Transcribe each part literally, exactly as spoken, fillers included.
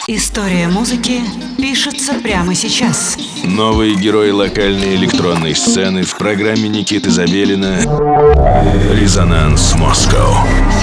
История музыки пишется прямо сейчас. Новые герои локальной электронной сцены в программе Никиты Забелина «Резонанс Москва».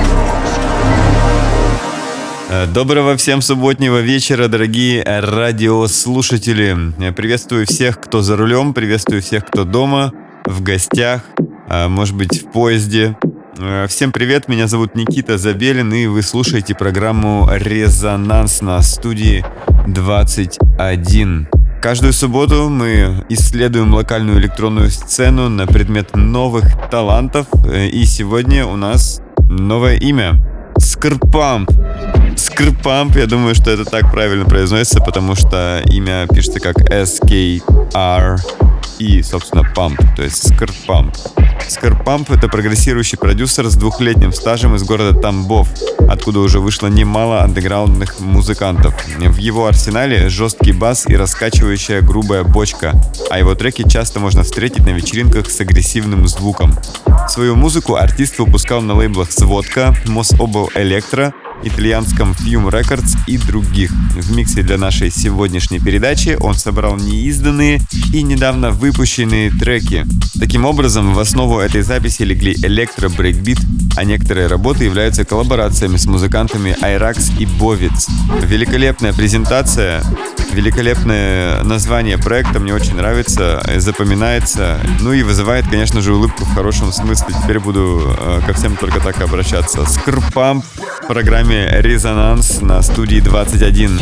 Доброго всем субботнего вечера, дорогие радиослушатели. Приветствую всех, кто за рулем, приветствую всех, кто дома, в гостях, может быть, в поезде. Всем привет, меня зовут Никита Забелин, и вы слушаете программу «Резонанс» на студии двадцать один. Каждую субботу мы исследуем локальную электронную сцену на предмет новых талантов, и сегодня у нас новое имя — Скрпамп. Скрпамп, я думаю, что это так правильно произносится, потому что имя пишется как эс кей ар и, собственно, Pump, то есть Скрпамп. Скрпамп — это прогрессирующий продюсер с двухлетним стажем из города Тамбов, откуда уже вышло немало андеграундных музыкантов. В его арсенале жесткий бас и раскачивающая грубая бочка, а его треки часто можно встретить на вечеринках с агрессивным звуком. Свою музыку артист выпускал на лейблах «Сводка», «Мособл Электро», итальянском Fume Records и других. В миксе для нашей сегодняшней передачи он собрал неизданные и недавно выпущенные треки. Таким образом, в основу этой записи легли электро-брейкбит, а некоторые работы являются коллаборациями с музыкантами Айракс и Бовиц. Великолепная презентация, великолепное название проекта мне очень нравится, запоминается, ну и вызывает, конечно же, улыбку в хорошем смысле. Теперь буду э, ко всем только так обращаться. Скрпамп в программе «Резонанс» на студии двадцать один.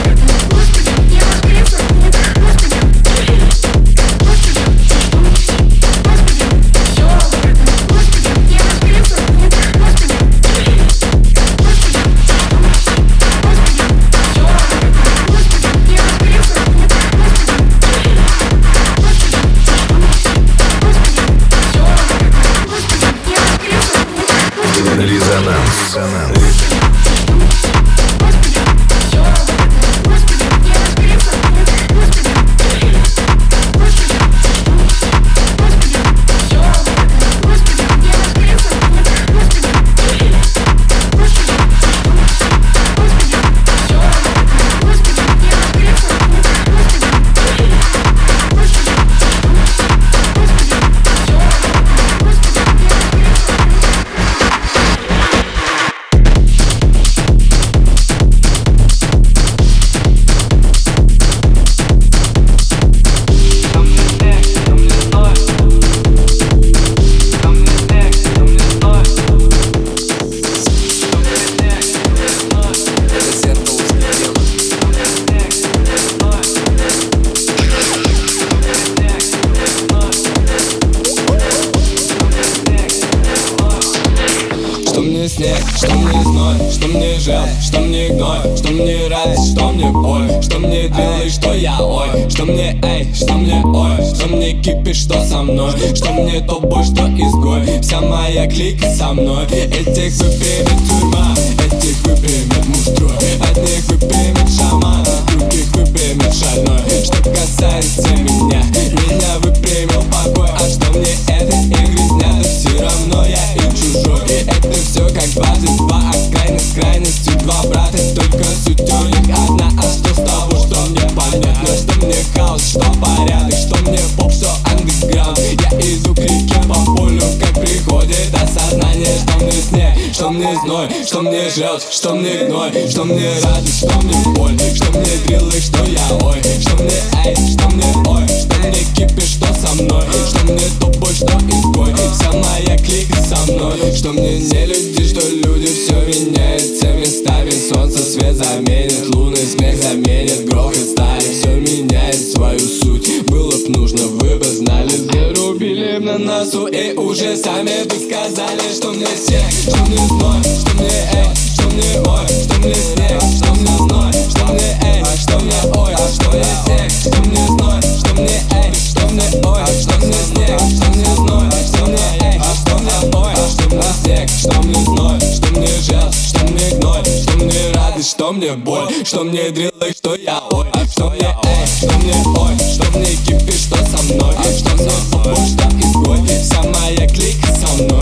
Что мне зной, что мне жал, что мне гной, что мне радость, что мне боль, что мне делай, что я ой, что мне эй, что мне ой, что мне кипиш, что со мной, что мне тобой, что изгой, вся моя клика со мной. Этих выпрямит тюрьма, этих выпрямит мустрой, одних выпрямит шаман, других выпрямит шальной. Что касается меня, меня выпрямил покой, а что мне это и грязня, то все равно я и чужой. Это все как двадцать два, а крайность крайностью два брата, только суть у них одна. А что с того, что мне понятно, что мне хаос, что порядок, что мне поп, что андеграунд. Я иду к реке по полю, как приходит осознание, что мне снег, что мне зной, что мне желчь, что мне гной, что мне радость, что мне боль, что мне дриллы, что я ой, что мне эй, что мне ой, что мне кипиш, что со мной, что мне тобой, что изгой, вся моя клика со мной. Что мне не люди, что люди, все меняется местами. Солнце свет заменит, лунный смех заменит, грохот стали, все меняет свою суть. Было б нужно, вы бы знали, зарубили на носу и уже сами бы сказали, что мне снег, что мне зной, что мне эй, что мне ой, что мне снег, что мне зной, что мне эй, что мне ой, а что мне снег, что мне зной, что мне эй, что мне ой, что мне снег, что мне зной, что мне эй, а что мне ой, а что мне снег, что мне зной, что мне жал, что мне гной, что мне радость, что мне боль, что мне дриллы, что я ой, а что мне эй, что мне ой, что мне кипиш, что со мной, а что мне тобой, что изгой, вся моя клика со мной.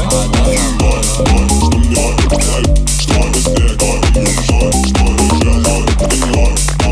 Что мне ой, что мне снег, что мне жал, что мне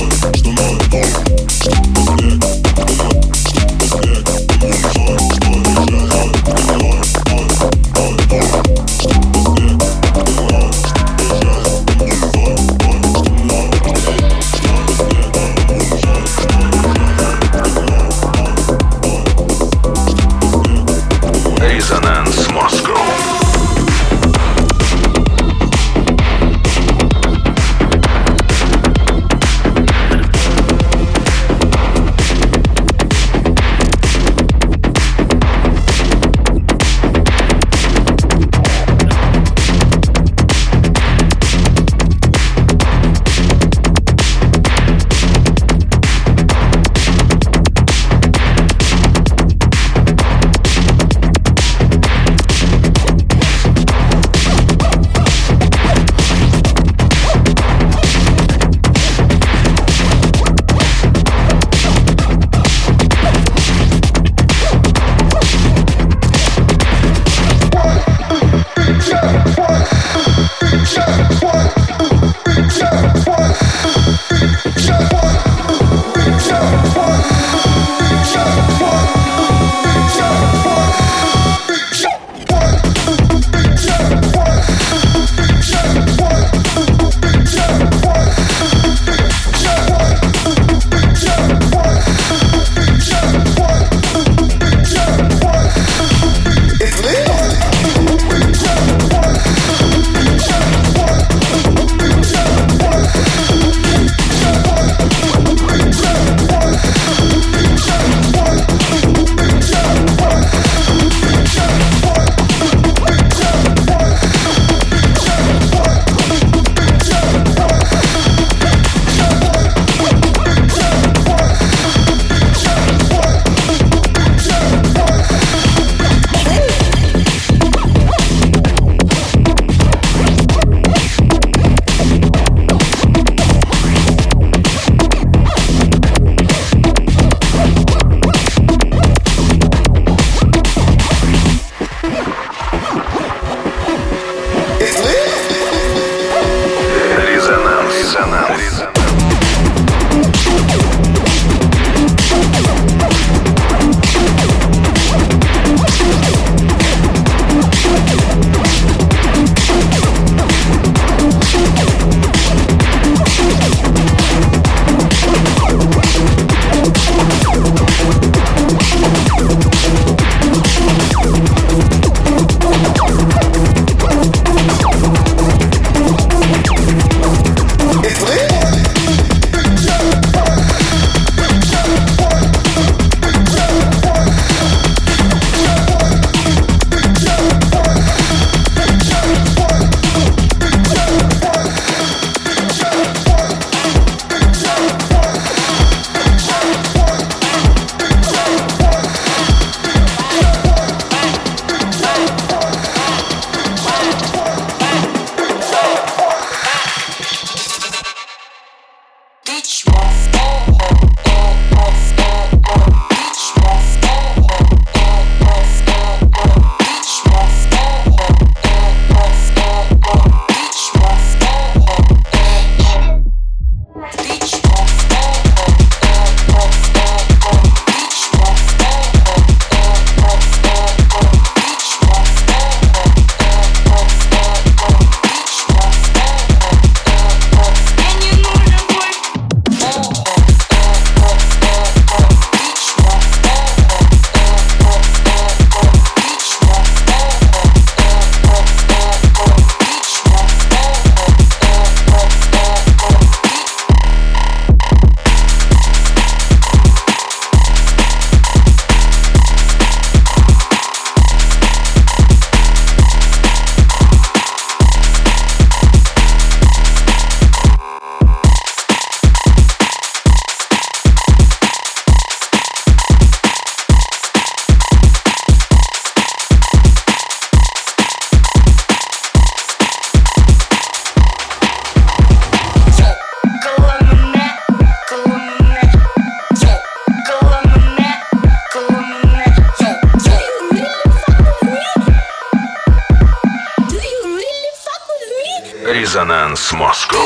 Резонанс Москва.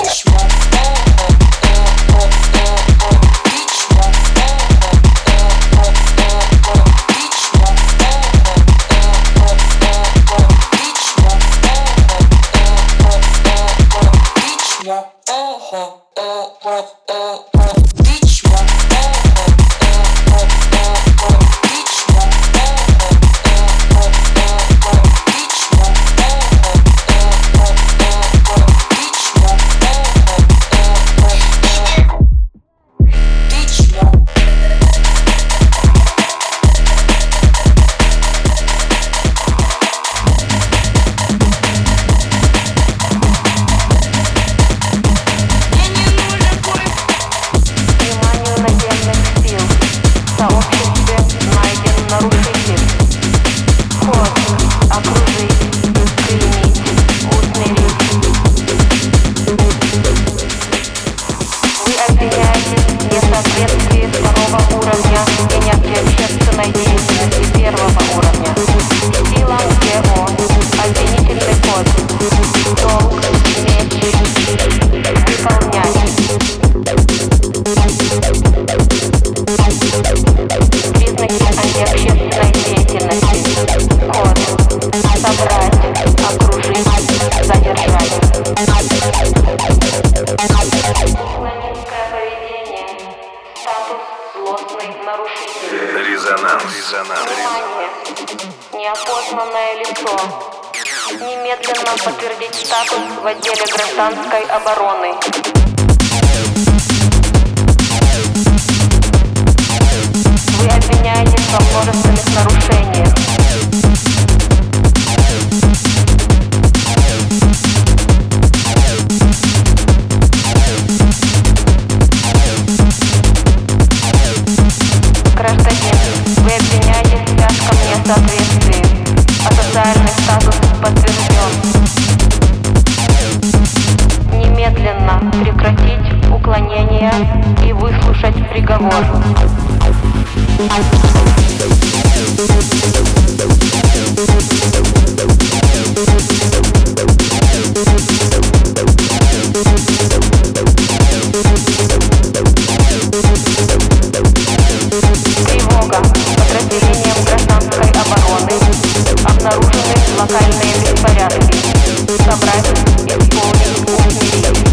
Неопознанное лицо. Немедленно подтвердить статус в отделе гражданской обороны. Вы обвиняетесь во множественных нарушениях. Гражданин, вы обвиняетесь в тяжком несоответствии. А социальный статус подтвержден. Немедленно прекратить уклонение и выслушать приговор. Тревога. Подразделением гражданской обороны обнаружены локальные беспорядки. Собрать, исполнить, усмирить.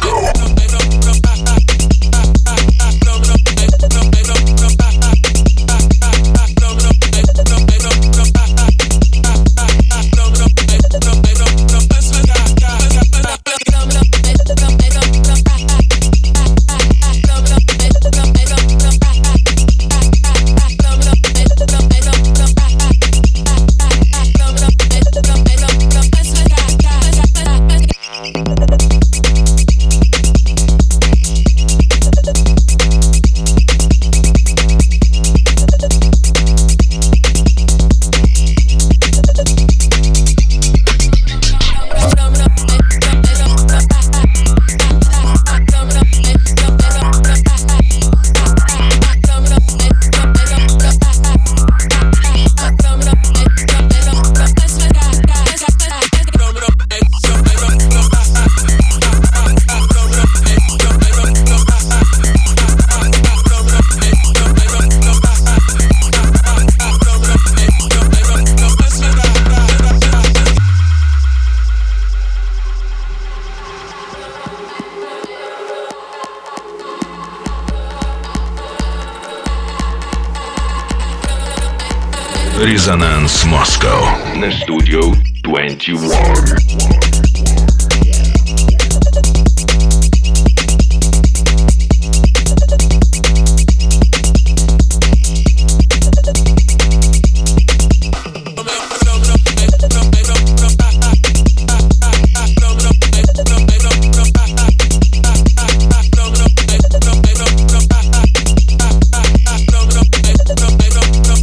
Resonance Moscow на Studio двадцать один.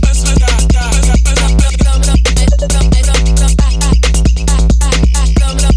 Come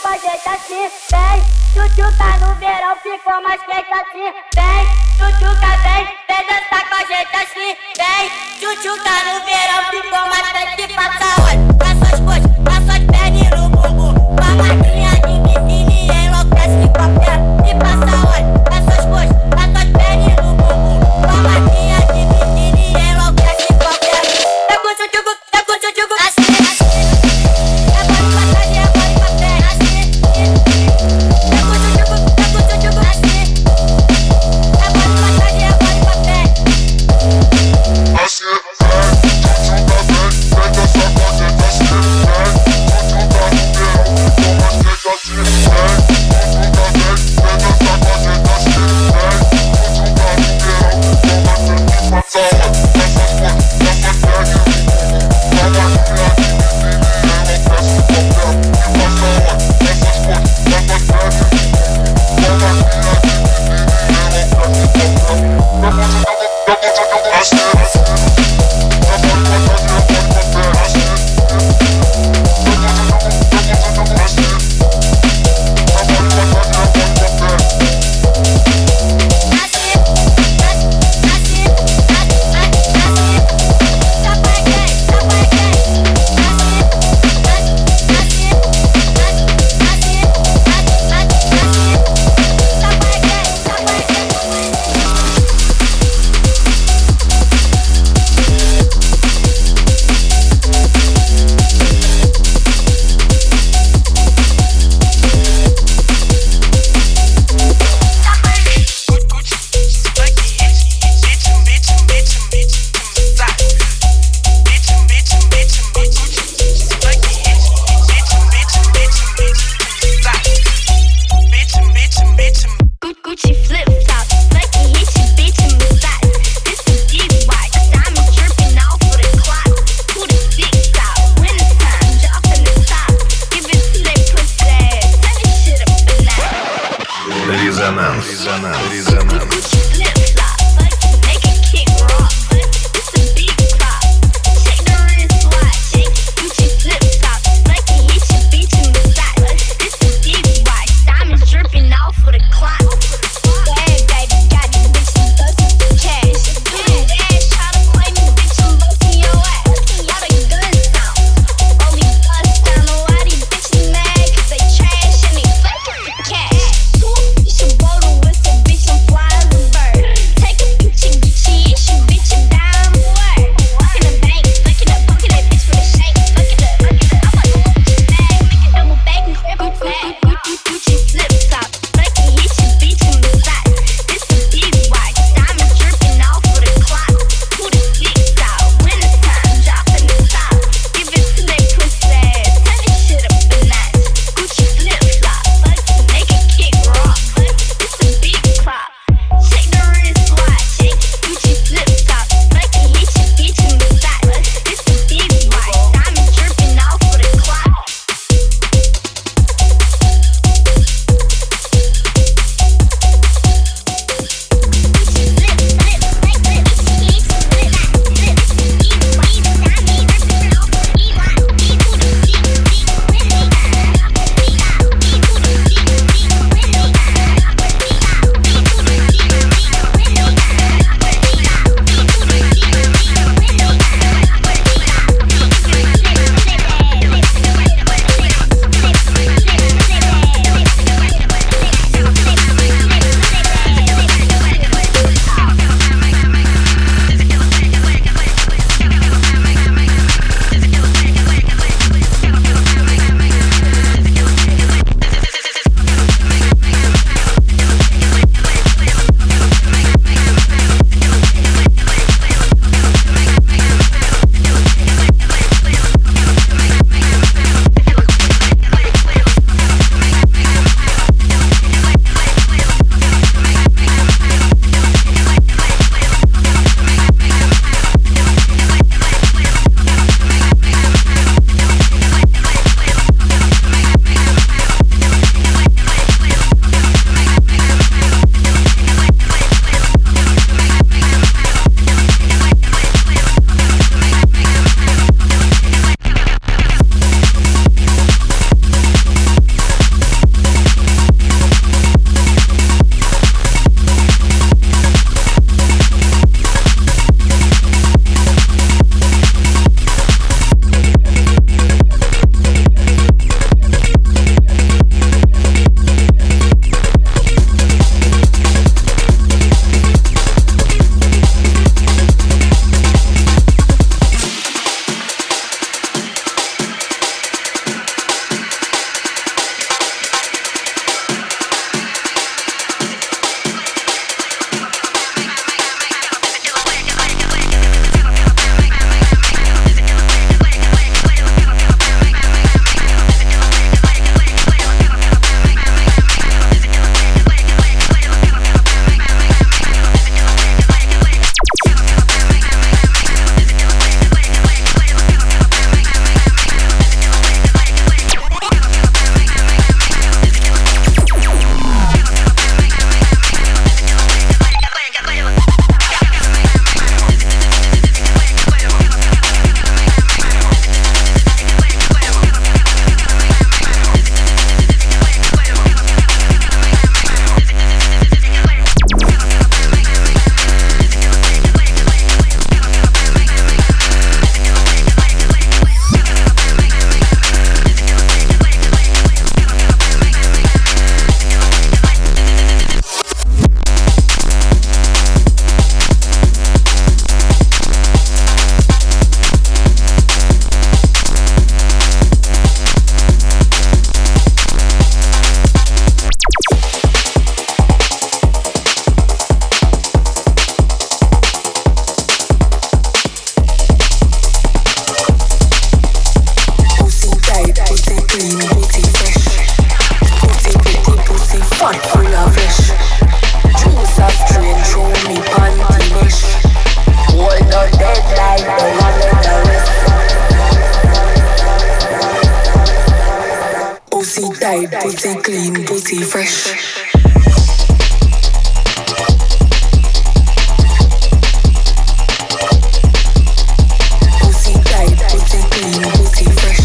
com a gente assim, vem. Tchutchuca no verão ficou mais quente assim, vem. Tchutchuca vem, vem dançar com a gente assim, vem. Tchutchuca no verão ficou mais quente. Passa olho, passa as coxas, passa as pernas no bumbum. Com a madrinha de biquíni enlouquece qualquer. E passa olho, passa as coxas, passa as pernas no bumbum. Com a madrinha de biquíni enlouquece qualquer. É com tchutchuca, é com tchutchuca assim, assim. É bom pra trás e é bom pra frente assim. É com tchutchuca, é com tchutchuca assim. É bom pra trás e é bom pra frente. Резонанс. Резонанс. Резонанс. Cash. You should blow the whistle, bitch, I'm flying. Pussy tight, pussy clean, pussy fresh. Pussy tight, pussy clean, pussy fresh.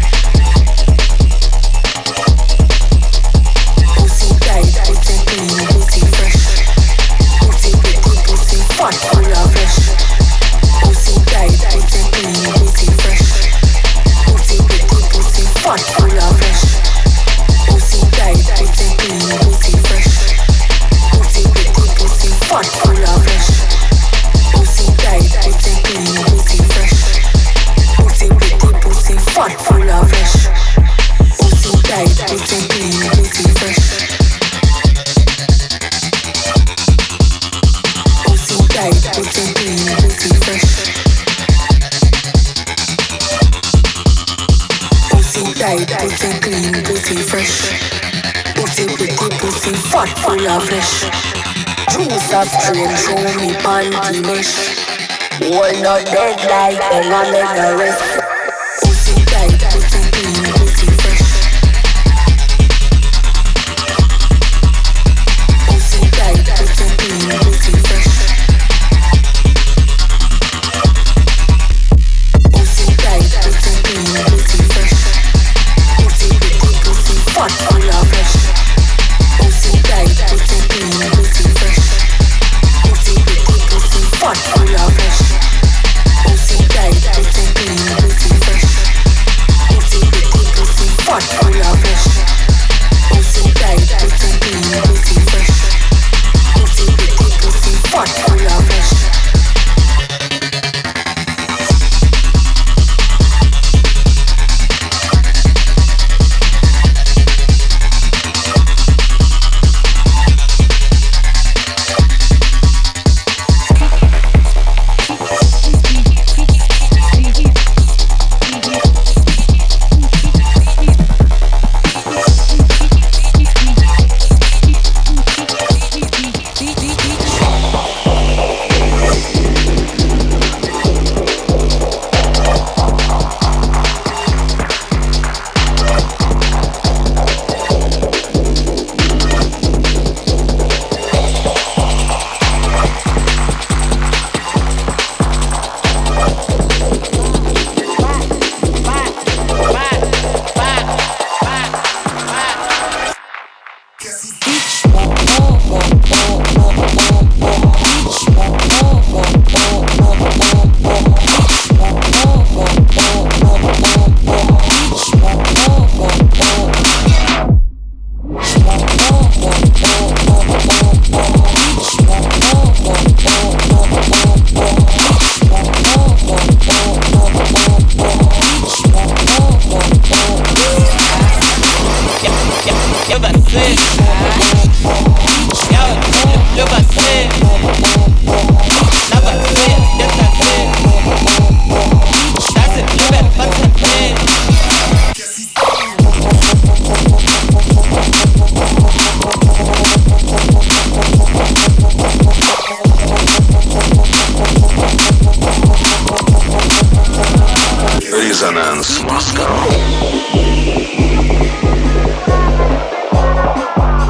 Pussy tight, pussy clean, pussy fresh. Pussy pretty, pussy fat, full of flesh. Pussy tight, pussy clean, pussy fresh. Pussy pretty, pussy fat, full of flesh. Pussy tight, pussy clean, pussy fresh. Pussy pretty, pussy fat, full of flesh. Pussy tight, pussy clean, pussy fresh. Pussy pretty, pussy fat, full of flesh. Pussy tight, pussy clean, pussy fresh. Pussy tight, pussy clean, pussy fresh. Pussy tight, pussy clean, pussy fresh. Pussy pretty, pussy fat, full of flesh. Juice of strain, show me panty mesh. Wall not dead like hell and make the rest. Pussy tight, pussy clean, pussy fresh. Pussy tight, pussy clean, pussy fresh. Pussy tight, pussy clean, pussy fresh. Pussy pretty, pussy fat, full of flesh. Pussy tight, pussy clean, pussy fresh. Pussy pretty, pussy fat, full of flesh. Pussy tight, pussy clean, pussy fresh. Pussy pretty, pussy fat, full of flesh. Pussy tight, pussy clean, pussy fresh. Pussy pretty, pussy fat, full of flesh. Резонанс Москва.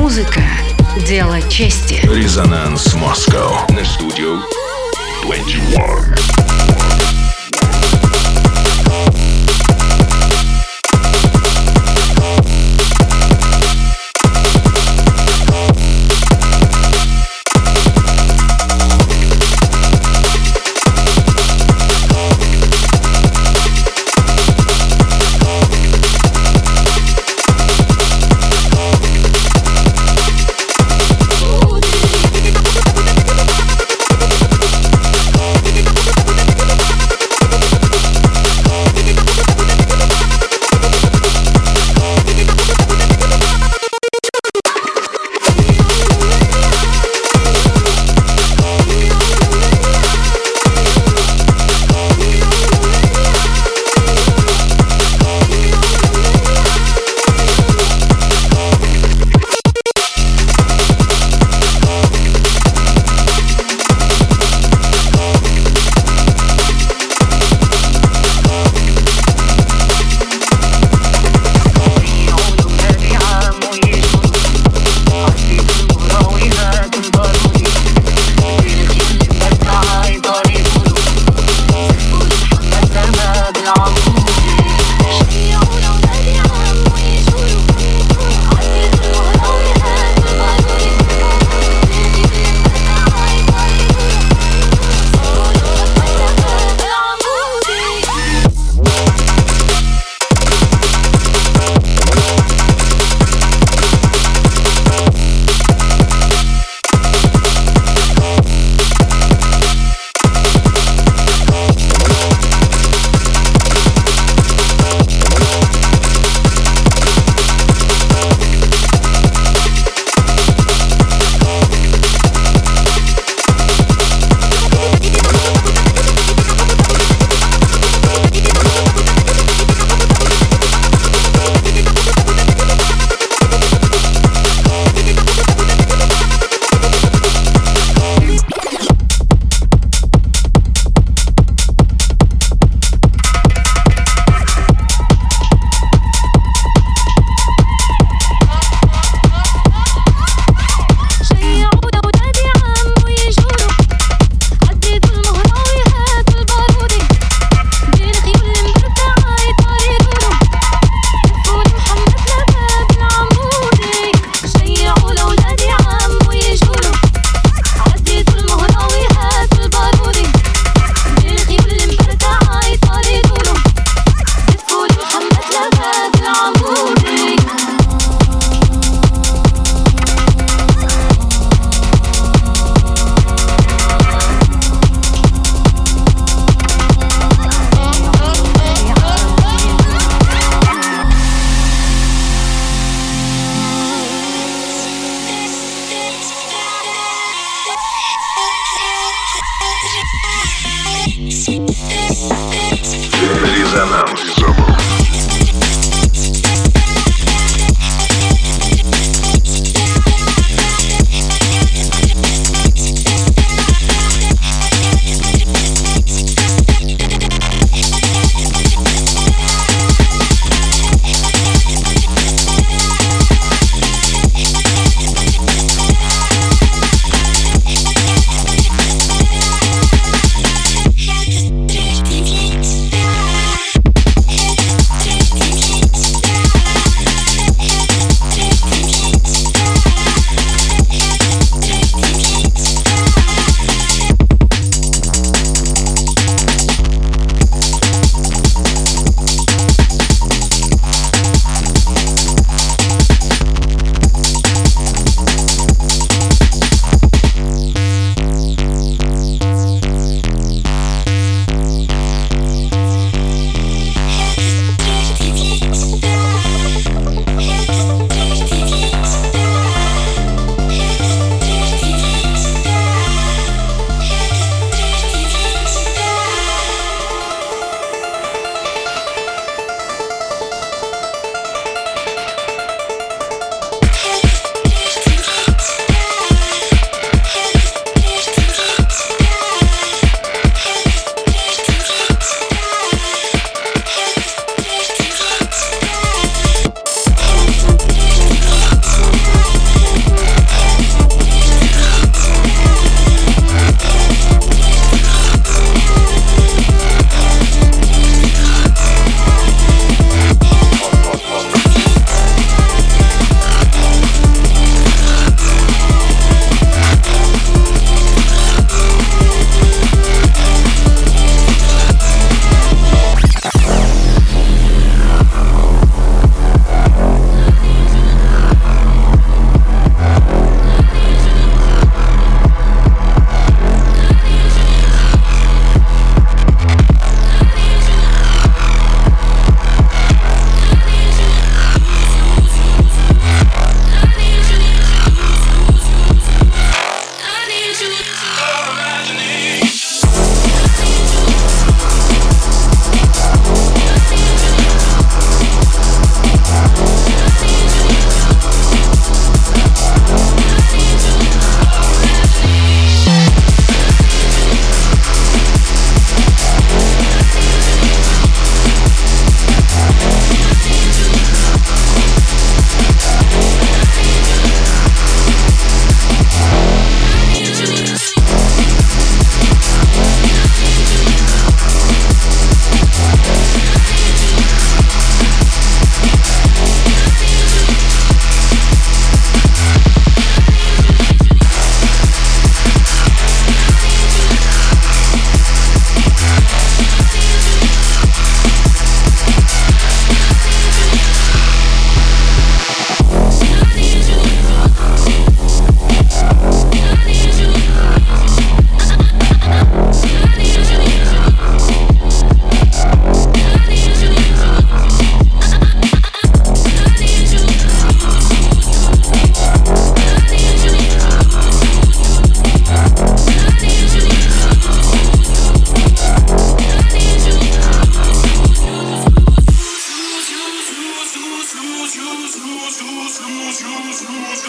Музыка – дело чести. Резонанс Москва на студию двадцать один. We'll be right back.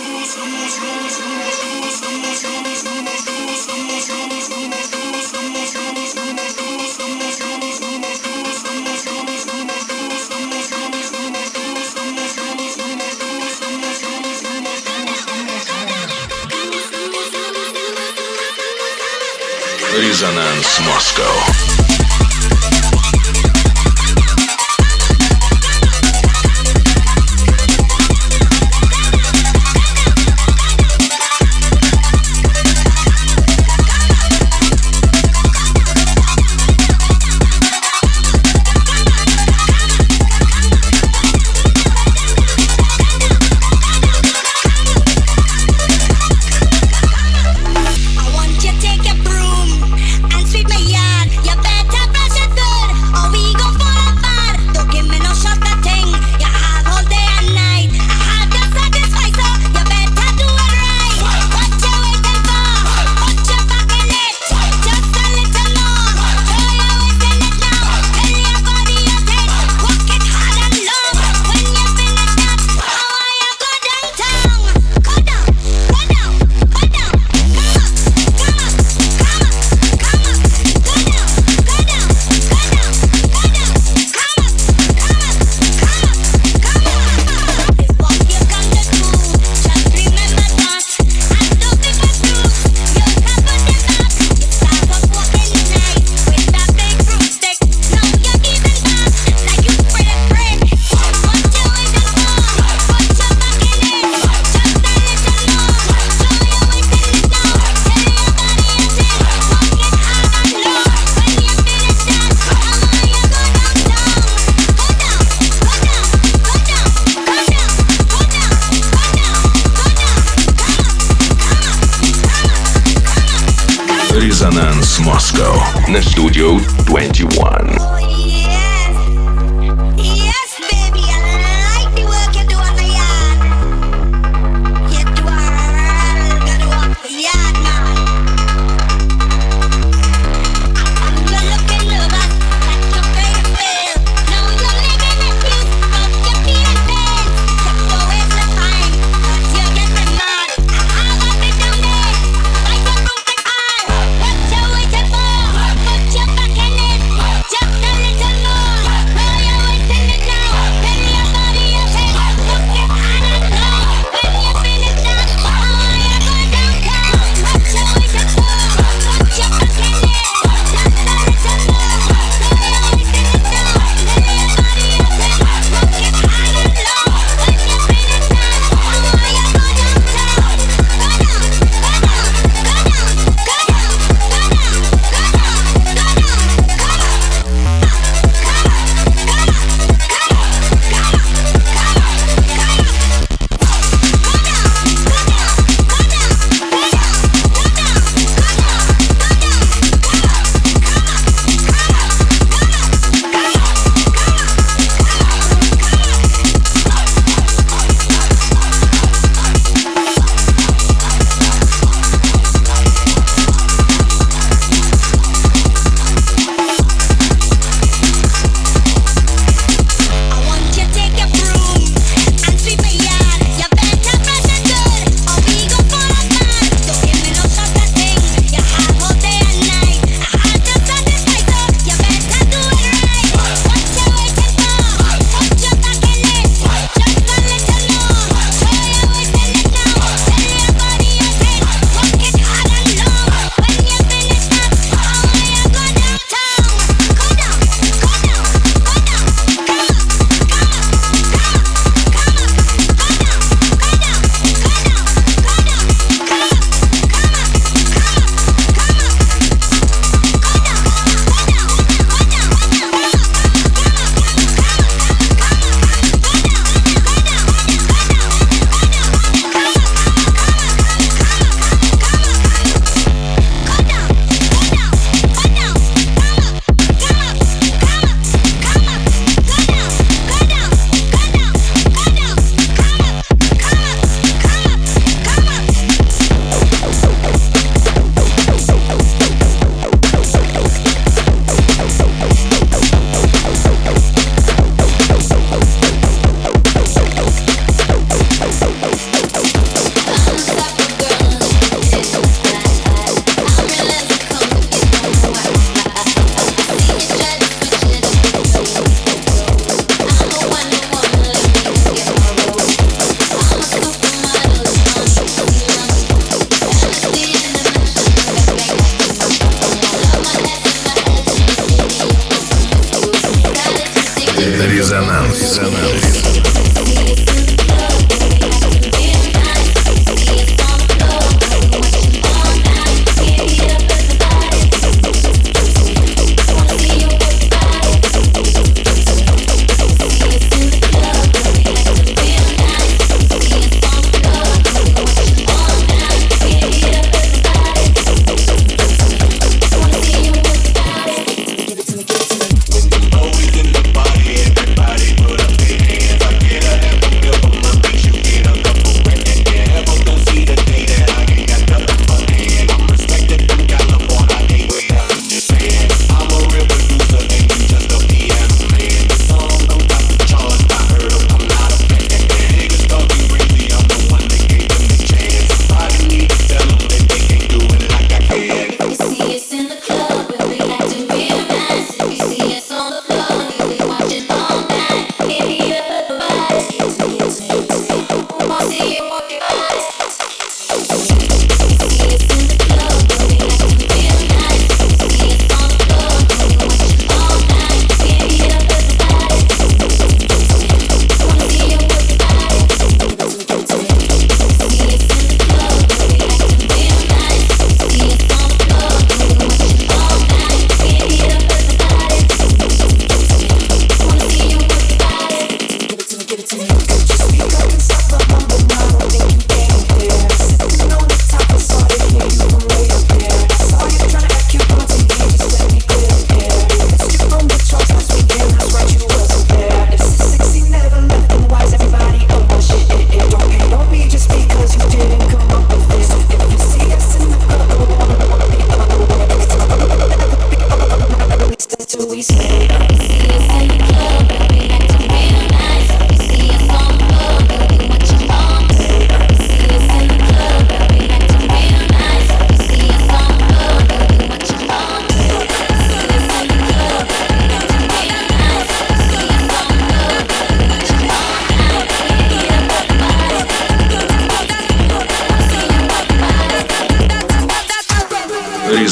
Резонанс Москва. Резонанс Москва на Studio двадцать один. Just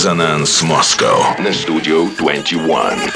Resonance Moscow на Studio двадцать один.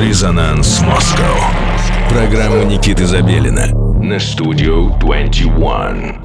Резонанс Москва. Программа Никиты Забелина на Studio двадцать один.